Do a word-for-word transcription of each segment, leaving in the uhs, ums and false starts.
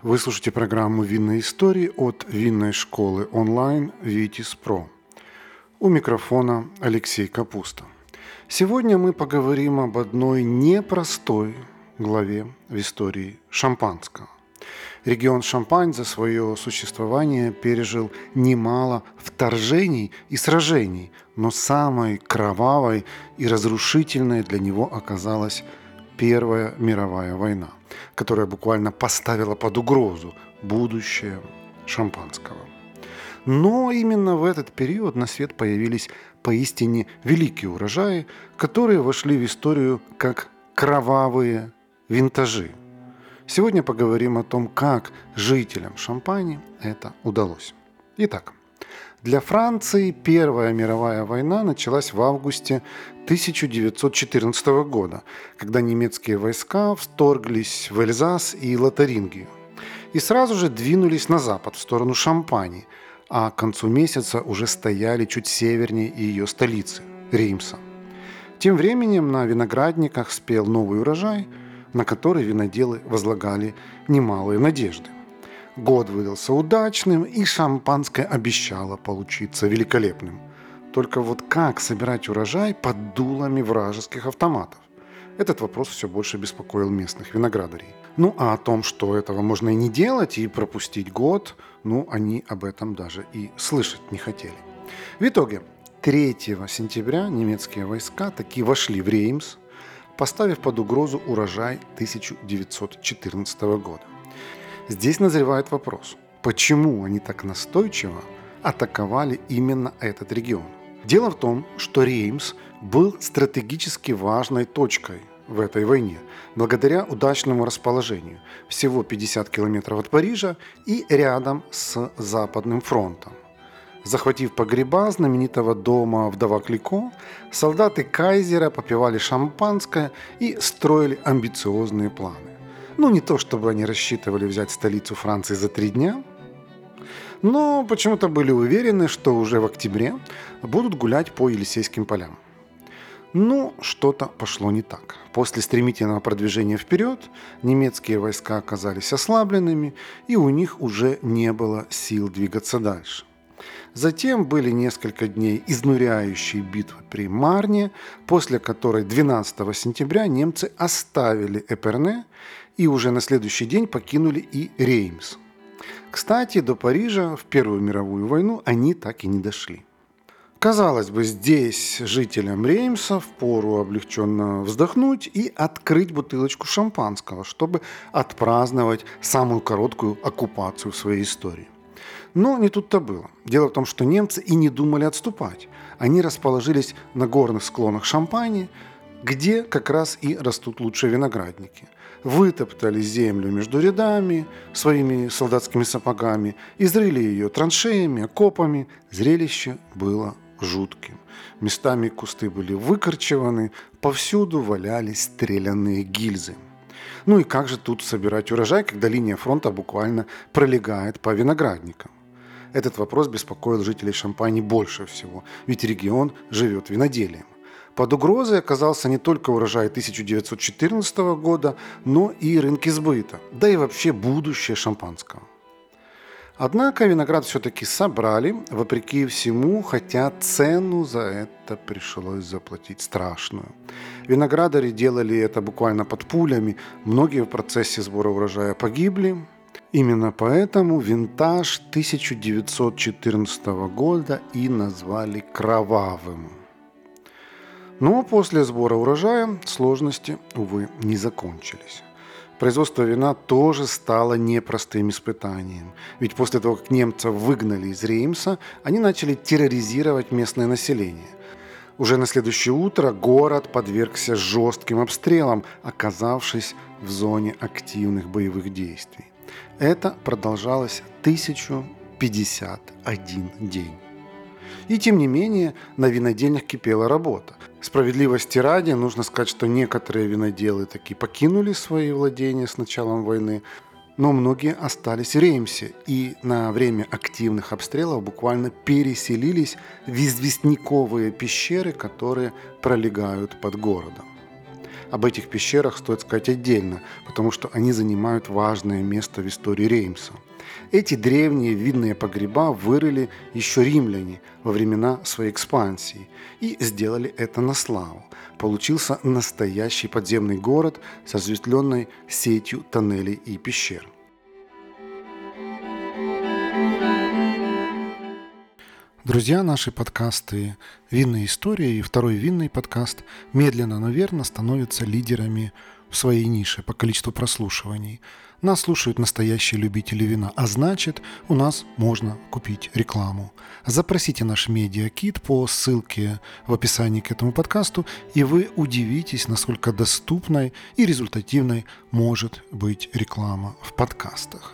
Вы слушаете программу «Винные истории» от винной школы онлайн «Витис Про». У микрофона Алексей Капуста. Сегодня мы поговорим об одной непростой главе в истории шампанского. Регион Шампань за свое существование пережил немало вторжений и сражений, но самой кровавой и разрушительной для него оказалась Первая мировая война, которая буквально поставила под угрозу будущее шампанского. Но именно в этот период на свет появились поистине великие урожаи, которые вошли в историю как кровавые винтажи. Сегодня поговорим о том, как жителям Шампани это удалось. Итак, для Франции Первая мировая война началась в августе тысяча девятьсот четырнадцатого года, когда немецкие войска вторглись в Эльзас и Лотарингию и сразу же двинулись на запад, в сторону Шампани, а к концу месяца уже стояли чуть севернее ее столицы – Реймса. Тем временем на виноградниках спел новый урожай, на который виноделы возлагали немалые надежды. Год выдался удачным, и шампанское обещало получиться великолепным. Только вот как собирать урожай под дулами вражеских автоматов? Этот вопрос все больше беспокоил местных виноградарей. Ну а о том, что этого можно и не делать, и пропустить год, ну они об этом даже и слышать не хотели. В итоге третьего сентября немецкие войска таки вошли в Реймс, поставив под угрозу урожай тысяча девятьсот четырнадцатого года. Здесь назревает вопрос, почему они так настойчиво атаковали именно этот регион. Дело в том, что Реймс был стратегически важной точкой в этой войне, благодаря удачному расположению, всего пятьдесят километров от Парижа и рядом с Западным фронтом. Захватив погреба знаменитого дома вдова Клико, солдаты кайзера попивали шампанское и строили амбициозные планы. Ну, не то чтобы они рассчитывали взять столицу Франции за три дня, но почему-то были уверены, что уже в октябре будут гулять по Елисейским полям. Но что-то пошло не так. После стремительного продвижения вперед немецкие войска оказались ослабленными, и у них уже не было сил двигаться дальше. Затем были несколько дней изнуряющей битвы при Марне, после которой двенадцатого сентября немцы оставили Эперне и уже на следующий день покинули и Реймс. Кстати, до Парижа в Первую мировую войну они так и не дошли. Казалось бы, здесь жителям Реймса впору облегченно вздохнуть и открыть бутылочку шампанского, чтобы отпраздновать самую короткую оккупацию в своей истории. Но не тут-то было. Дело в том, что немцы и не думали отступать. Они расположились на горных склонах Шампани, где как раз и растут лучшие виноградники. Вытоптали землю между рядами своими солдатскими сапогами, изрыли ее траншеями, окопами. Зрелище было жутким. Местами кусты были выкорчеваны, повсюду валялись стрелянные гильзы. Ну и как же тут собирать урожай, когда линия фронта буквально пролегает по виноградникам? Этот вопрос беспокоил жителей Шампани больше всего, ведь регион живет виноделием. Под угрозой оказался не только урожай тысяча девятьсот четырнадцатого года, но и рынки сбыта, да и вообще будущее шампанского. Однако виноград все-таки собрали, вопреки всему, хотя цену за это пришлось заплатить страшную. Виноградари делали это буквально под пулями, многие в процессе сбора урожая погибли. Именно поэтому винтаж тысяча девятьсот четырнадцатого года и назвали кровавым. Но после сбора урожая сложности, увы, не закончились. Производство вина тоже стало непростым испытанием. Ведь после того, как немцев выгнали из Реймса, они начали терроризировать местное население. Уже на следующее утро город подвергся жестким обстрелам, оказавшись в зоне активных боевых действий. Это продолжалось тысячу пятьдесят один день. И тем не менее на винодельнях кипела работа. Справедливости ради, нужно сказать, что некоторые виноделы таки покинули свои владения с началом войны, но многие остались в Реймсе и на время активных обстрелов буквально переселились в известняковые пещеры, которые пролегают под городом. Об этих пещерах стоит сказать отдельно, потому что они занимают важное место в истории Реймса. Эти древние винные погреба вырыли еще римляне во времена своей экспансии и сделали это на славу. Получился настоящий подземный город с разветвленной сетью тоннелей и пещер. Друзья, наши подкасты «Винные истории» и второй винный подкаст медленно, но верно становятся лидерами в своей нише по количеству прослушиваний. Нас слушают настоящие любители вина, а значит, у нас можно купить рекламу. Запросите наш медиакит по ссылке в описании к этому подкасту, и вы удивитесь, насколько доступной и результативной может быть реклама в подкастах.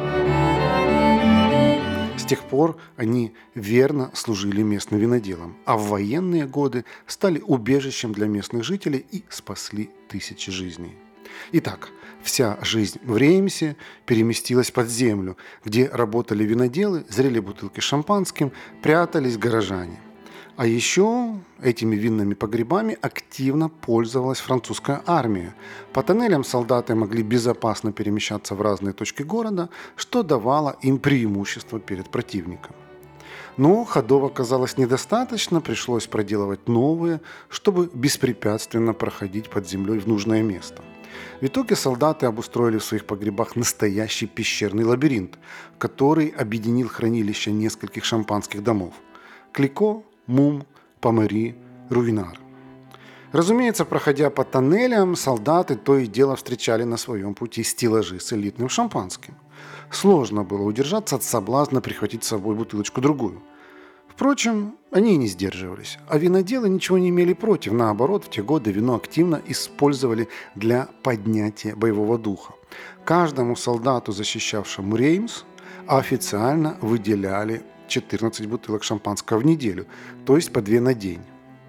С тех пор они верно служили местным виноделам, а в военные годы стали убежищем для местных жителей и спасли тысячи жизней. Итак, вся жизнь в Реймсе переместилась под землю, где работали виноделы, зрели бутылки шампанским, прятались горожане. А еще этими винными погребами активно пользовалась французская армия. По тоннелям солдаты могли безопасно перемещаться в разные точки города, что давало им преимущество перед противником. Но ходов оказалось недостаточно, пришлось проделывать новые, чтобы беспрепятственно проходить под землей в нужное место. В итоге солдаты обустроили в своих погребах настоящий пещерный лабиринт, который объединил хранилища нескольких шампанских домов – Клико, Мум, Помери, Руинар. Разумеется, проходя по тоннелям, солдаты то и дело встречали на своем пути стеллажи с элитным шампанским. Сложно было удержаться от соблазна прихватить с собой бутылочку-другую. Впрочем, они и не сдерживались, а виноделы ничего не имели против. Наоборот, в те годы вино активно использовали для поднятия боевого духа. Каждому солдату, защищавшему Реймс, официально выделяли четырнадцать бутылок шампанского в неделю, то есть по две на день.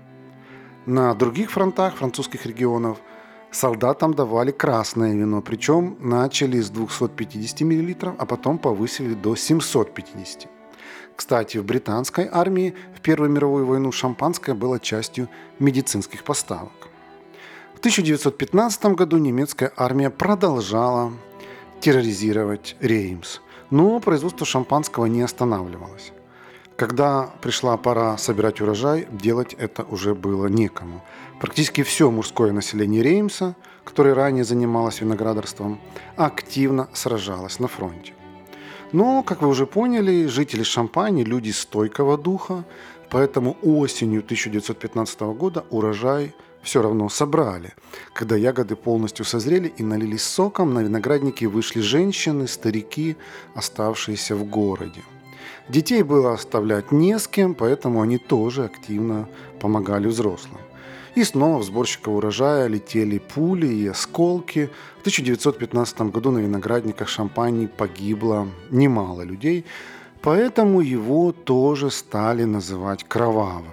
На других фронтах французских регионов солдатам давали красное вино, причем начали с двухсот пятидесяти миллилитров, а потом повысили до семисот пятидесяти. Кстати, в британской армии в Первую мировую войну шампанское было частью медицинских поставок. В тысяча девятьсот пятнадцатом году немецкая армия продолжала терроризировать Реймс, но производство шампанского не останавливалось. Когда пришла пора собирать урожай, делать это уже было некому. Практически все мужское население Реймса, которое ранее занималось виноградарством, активно сражалось на фронте. Но, как вы уже поняли, жители Шампани – люди стойкого духа, поэтому осенью тысяча девятьсот пятнадцатого года урожай все равно собрали. Когда ягоды полностью созрели и налились соком, на виноградники вышли женщины, старики, оставшиеся в городе. Детей было оставлять не с кем, поэтому они тоже активно помогали взрослым. И снова в сборщика урожая летели пули и осколки. В тысяча девятьсот пятнадцатом году на виноградниках Шампани погибло немало людей, поэтому его тоже стали называть кровавым.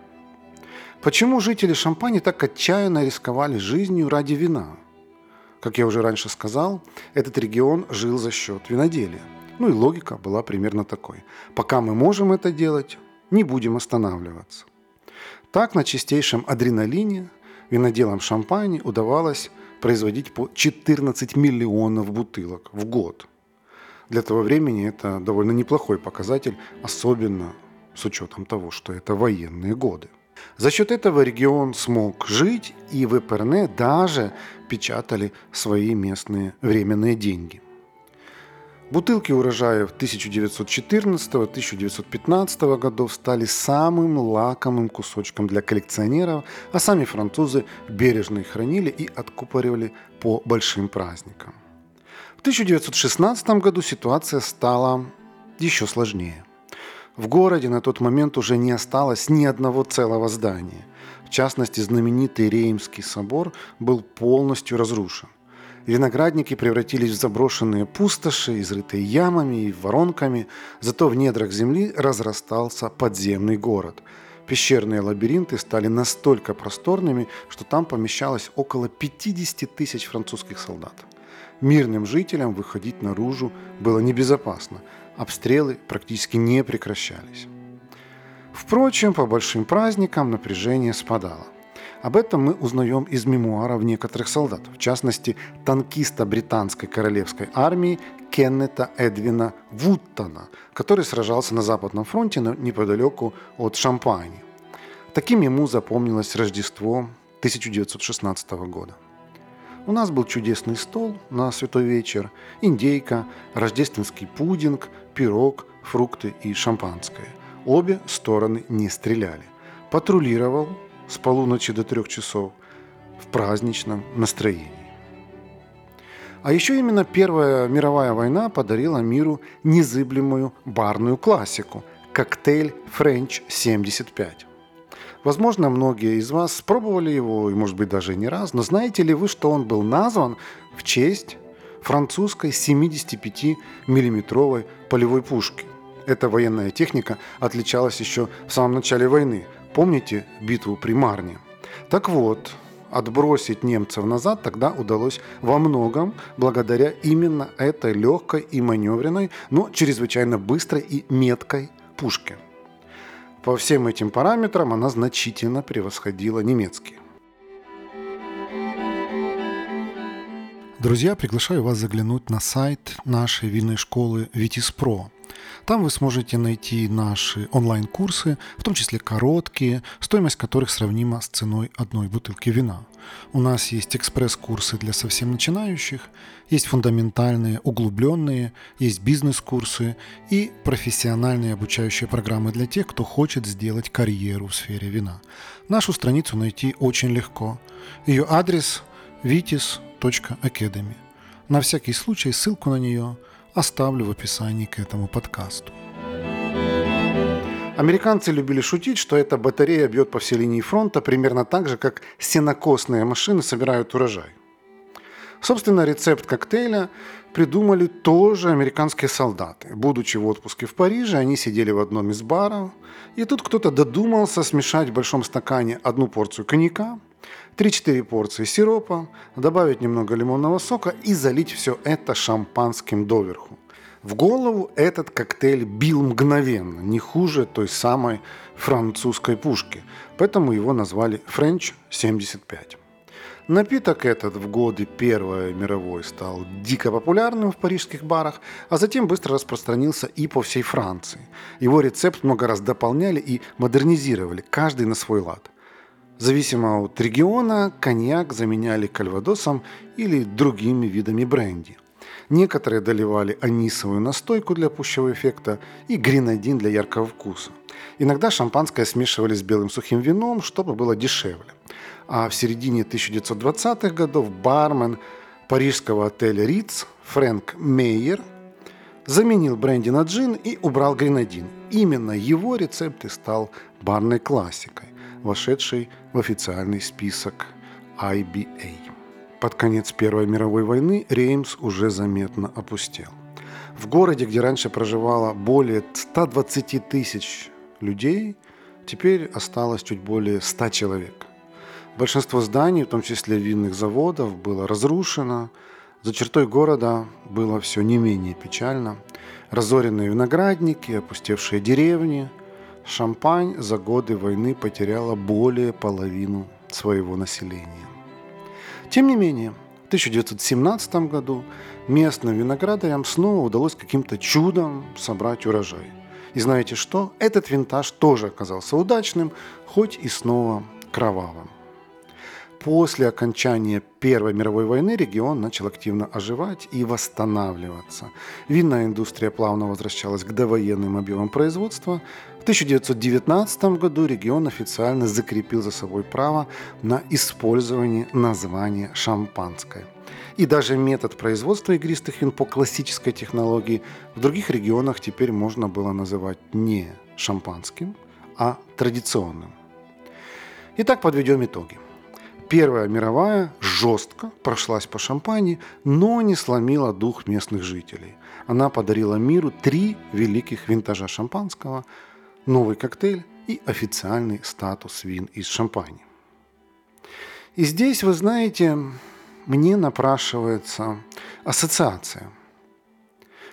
Почему жители Шампани так отчаянно рисковали жизнью ради вина? Как я уже раньше сказал, этот регион жил за счет виноделия. Ну и логика была примерно такой. Пока мы можем это делать, не будем останавливаться. Так на чистейшем адреналине виноделам Шампани удавалось производить по четырнадцать миллионов бутылок в год. Для того времени это довольно неплохой показатель, особенно с учетом того, что это военные годы. За счет этого регион смог жить, и в Эперне даже печатали свои местные временные деньги. Бутылки урожаев тысяча девятьсот четырнадцатого - тысяча девятьсот пятнадцатого годов стали самым лакомым кусочком для коллекционеров, а сами французы бережно их хранили и откупоривали по большим праздникам. В тысяча девятьсот шестнадцатом году ситуация стала еще сложнее. В городе на тот момент уже не осталось ни одного целого здания. В частности, знаменитый Реймский собор был полностью разрушен. Виноградники превратились в заброшенные пустоши, изрытые ямами и воронками, зато в недрах земли разрастался подземный город. Пещерные лабиринты стали настолько просторными, что там помещалось около пятьдесят тысяч французских солдат. Мирным жителям выходить наружу было небезопасно, обстрелы практически не прекращались. Впрочем, по большим праздникам напряжение спадало. Об этом мы узнаем из мемуаров некоторых солдат, в частности, танкиста британской королевской армии Кеннета Эдвина Вуттона, который сражался на Западном фронте неподалеку от Шампани. Таким ему запомнилось Рождество тысяча девятьсот шестнадцатого года. У нас был чудесный стол на святой вечер, индейка, рождественский пудинг, пирог, фрукты и шампанское. Обе стороны не стреляли. Патрулировал с полуночи до трех часов в праздничном настроении. А еще именно Первая мировая война подарила миру незыблемую барную классику – коктейль Френч семьдесят пять. Возможно, многие из вас пробовали его, и, может быть, даже не раз, но знаете ли вы, что он был назван в честь французской семидесятипятимиллиметровой полевой пушки? Эта военная техника отличалась еще в самом начале войны. Помните битву при Марне? Так вот, отбросить немцев назад тогда удалось во многом благодаря именно этой легкой и маневренной, но чрезвычайно быстрой и меткой пушке. По всем этим параметрам она значительно превосходила немецкие. Друзья, приглашаю вас заглянуть на сайт нашей винной школы Витис.Про. Там вы сможете найти наши онлайн-курсы, в том числе короткие, стоимость которых сравнима с ценой одной бутылки вина. У нас есть экспресс-курсы для совсем начинающих, есть фундаментальные, углубленные, есть бизнес-курсы и профессиональные обучающие программы для тех, кто хочет сделать карьеру в сфере вина. Нашу страницу найти очень легко. Ее адрес vitis точка academy. На всякий случай ссылку на нее оставлю в описании к этому подкасту. Американцы любили шутить, что эта батарея бьет по всей линии фронта примерно так же, как сенокосные машины собирают урожай. Собственно, рецепт коктейля придумали тоже американские солдаты. Будучи в отпуске в Париже, они сидели в одном из баров, и тут кто-то додумался смешать в большом стакане одну порцию коньяка, три-четыре порции сиропа, добавить немного лимонного сока и залить все это шампанским доверху. В голову этот коктейль бил мгновенно, не хуже той самой французской пушки, поэтому его назвали Френч семьдесят пять. Напиток этот в годы Первой мировой стал дико популярным в парижских барах, а затем быстро распространился и по всей Франции. Его рецепт много раз дополняли и модернизировали, каждый на свой лад. Зависимо от региона, коньяк заменяли кальвадосом или другими видами бренди. Некоторые доливали анисовую настойку для пущего эффекта и гренадин для яркого вкуса. Иногда шампанское смешивали с белым сухим вином, чтобы было дешевле. А в середине тысяча девятьсот двадцатых годов бармен парижского отеля Ritz Фрэнк Мейер заменил бренди на джин и убрал гренадин. Именно его рецепт и стал барной классикой, вошедшей в официальный список ай би эй. Под конец Первой мировой войны Реймс уже заметно опустел. В городе, где раньше проживало более ста двадцати тысяч людей, теперь осталось чуть более ста человек. Большинство зданий, в том числе винных заводов, было разрушено. За чертой города было все не менее печально. Разоренные виноградники, опустевшие деревни. Шампань за годы войны потеряла более половины своего населения. Тем не менее, в тысяча девятьсот семнадцатом году местным виноградарям снова удалось каким-то чудом собрать урожай. И знаете что? Этот винтаж тоже оказался удачным, хоть и снова кровавым. После окончания Первой мировой войны регион начал активно оживать и восстанавливаться. Винная индустрия плавно возвращалась к довоенным объемам производства. В тысяча девятьсот девятнадцатом году регион официально закрепил за собой право на использование названия «шампанское». И даже метод производства игристых вин по классической технологии в других регионах теперь можно было называть не шампанским, а традиционным. Итак, подведем итоги. Первая мировая жестко прошлась по Шампани, но не сломила дух местных жителей. Она подарила миру три великих винтажа шампанского, новый коктейль и официальный статус вин из Шампани. И здесь, вы знаете, мне напрашивается ассоциация.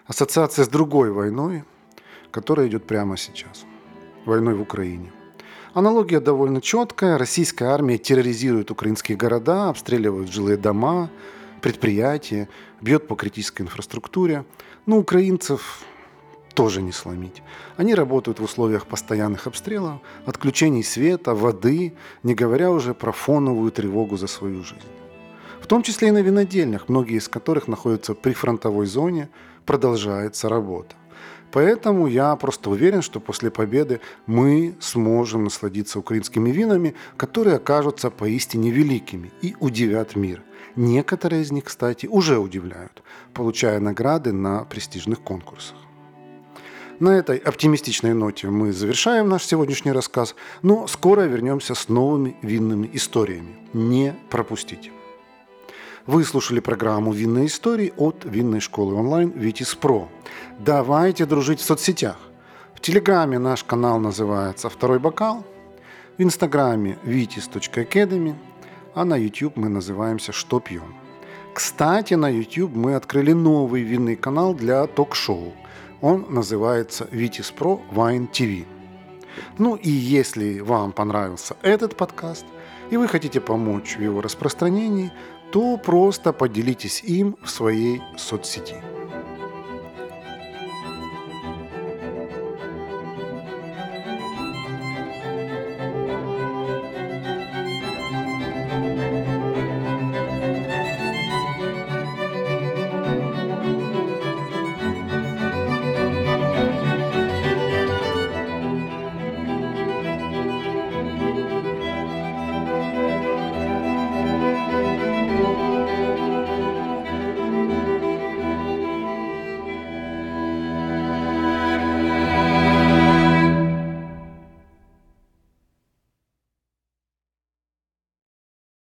Ассоциация с другой войной, которая идет прямо сейчас. Войной в Украине. Аналогия довольно четкая. Российская армия терроризирует украинские города, обстреливает жилые дома, предприятия, бьет по критической инфраструктуре. Но украинцев тоже не сломить. Они работают в условиях постоянных обстрелов, отключений света, воды, не говоря уже про фоновую тревогу за свою жизнь. В том числе и на винодельнях, многие из которых находятся при фронтовой зоне, продолжается работа. Поэтому я просто уверен, что после победы мы сможем насладиться украинскими винами, которые окажутся поистине великими и удивят мир. Некоторые из них, кстати, уже удивляют, получая награды на престижных конкурсах. На этой оптимистичной ноте мы завершаем наш сегодняшний рассказ, но скоро вернемся с новыми винными историями. Не пропустите. Вы слушали программу «Винные истории» от винной школы онлайн «Витис Про». Давайте дружить в соцсетях. В Телеграме наш канал называется «Второй бокал», в Инстаграме витис точка академи, а на YouTube мы называемся «Что пьем?». Кстати, на YouTube мы открыли новый винный канал для ток-шоу. Он называется «Витис Про Wine ти ви». Ну и если вам понравился этот подкаст, и вы хотите помочь в его распространении, то просто поделитесь им в своей соцсети.